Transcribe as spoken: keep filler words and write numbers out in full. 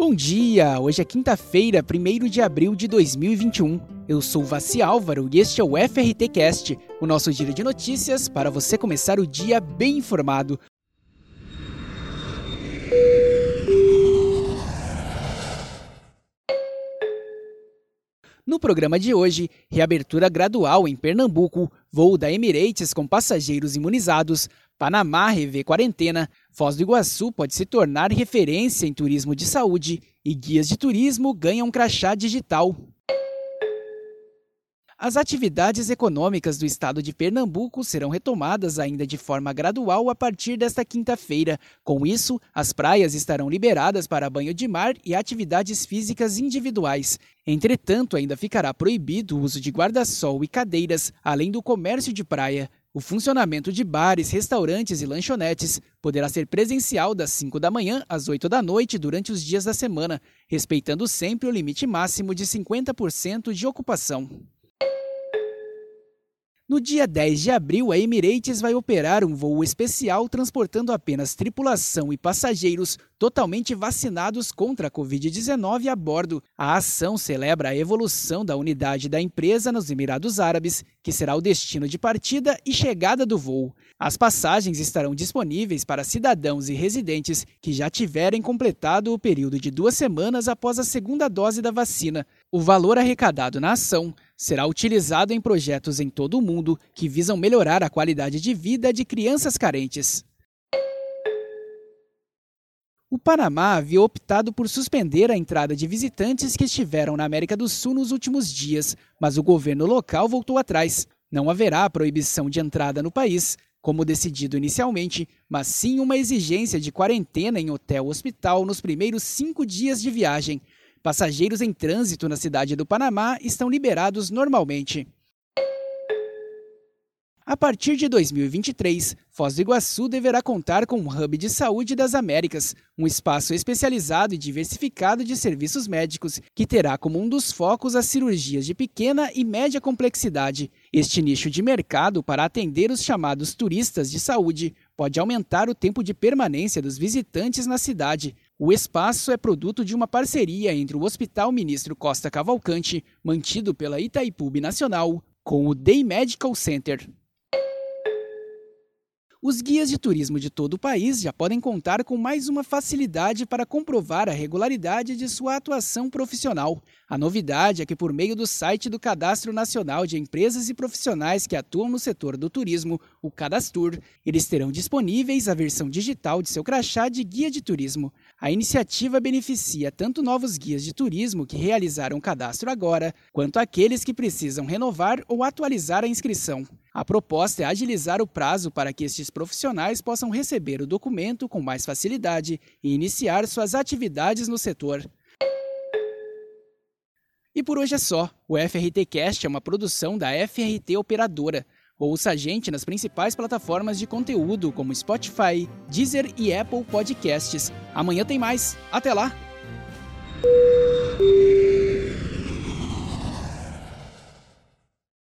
Bom dia! Hoje é quinta-feira, primeiro de abril de dois mil e vinte e um. Eu sou Vassi Álvaro e este é o F R T Cast, o nosso giro de notícias para você começar o dia bem informado. No programa de hoje, reabertura gradual em Pernambuco, voo da Emirates com passageiros imunizados, Panamá revê quarentena, Foz do Iguaçu pode se tornar referência em turismo de saúde e guias de turismo ganham crachá digital. As atividades econômicas do estado de Pernambuco serão retomadas ainda de forma gradual a partir desta quinta-feira. Com isso, as praias estarão liberadas para banho de mar e atividades físicas individuais. Entretanto, ainda ficará proibido o uso de guarda-sol e cadeiras, além do comércio de praia. O funcionamento de bares, restaurantes e lanchonetes poderá ser presencial das cinco da manhã às oito da noite durante os dias da semana, respeitando sempre o limite máximo de cinquenta por cento de ocupação. No dia dez de abril, a Emirates vai operar um voo especial transportando apenas tripulação e passageiros totalmente vacinados contra a covid dezenove a bordo. A ação celebra a evolução da unidade da empresa nos Emirados Árabes, que será o destino de partida e chegada do voo. As passagens estarão disponíveis para cidadãos e residentes que já tiverem completado o período de duas semanas após a segunda dose da vacina. O valor arrecadado na ação será utilizado em projetos em todo o mundo que visam melhorar a qualidade de vida de crianças carentes. O Panamá havia optado por suspender a entrada de visitantes que estiveram na América do Sul nos últimos dias, mas o governo local voltou atrás. Não haverá proibição de entrada no país, como decidido inicialmente, mas sim uma exigência de quarentena em hotel-hospital nos primeiros cinco dias de viagem. Passageiros em trânsito na cidade do Panamá estão liberados normalmente. A partir de dois mil e vinte e três, Foz do Iguaçu deverá contar com um hub de saúde das Américas, um espaço especializado e diversificado de serviços médicos que terá como um dos focos as cirurgias de pequena e média complexidade. Este nicho de mercado para atender os chamados turistas de saúde pode aumentar o tempo de permanência dos visitantes na cidade. O espaço é produto de uma parceria entre o Hospital Ministro Costa Cavalcante, mantido pela Itaipu Binacional, com o Day Medical Center. Os guias de turismo de todo o país já podem contar com mais uma facilidade para comprovar a regularidade de sua atuação profissional. A novidade é que, por meio do site do Cadastro Nacional de Empresas e Profissionais que atuam no setor do turismo, o Cadastur, eles terão disponíveis a versão digital de seu crachá de guia de turismo. A iniciativa beneficia tanto novos guias de turismo que realizaram o cadastro agora, quanto aqueles que precisam renovar ou atualizar a inscrição. A proposta é agilizar o prazo para que estes profissionais possam receber o documento com mais facilidade e iniciar suas atividades no setor. E por hoje é só. O F R T Cast é uma produção da F R T Operadora. Ouça a gente nas principais plataformas de conteúdo como Spotify, Deezer e Apple Podcasts. Amanhã tem mais. Até lá!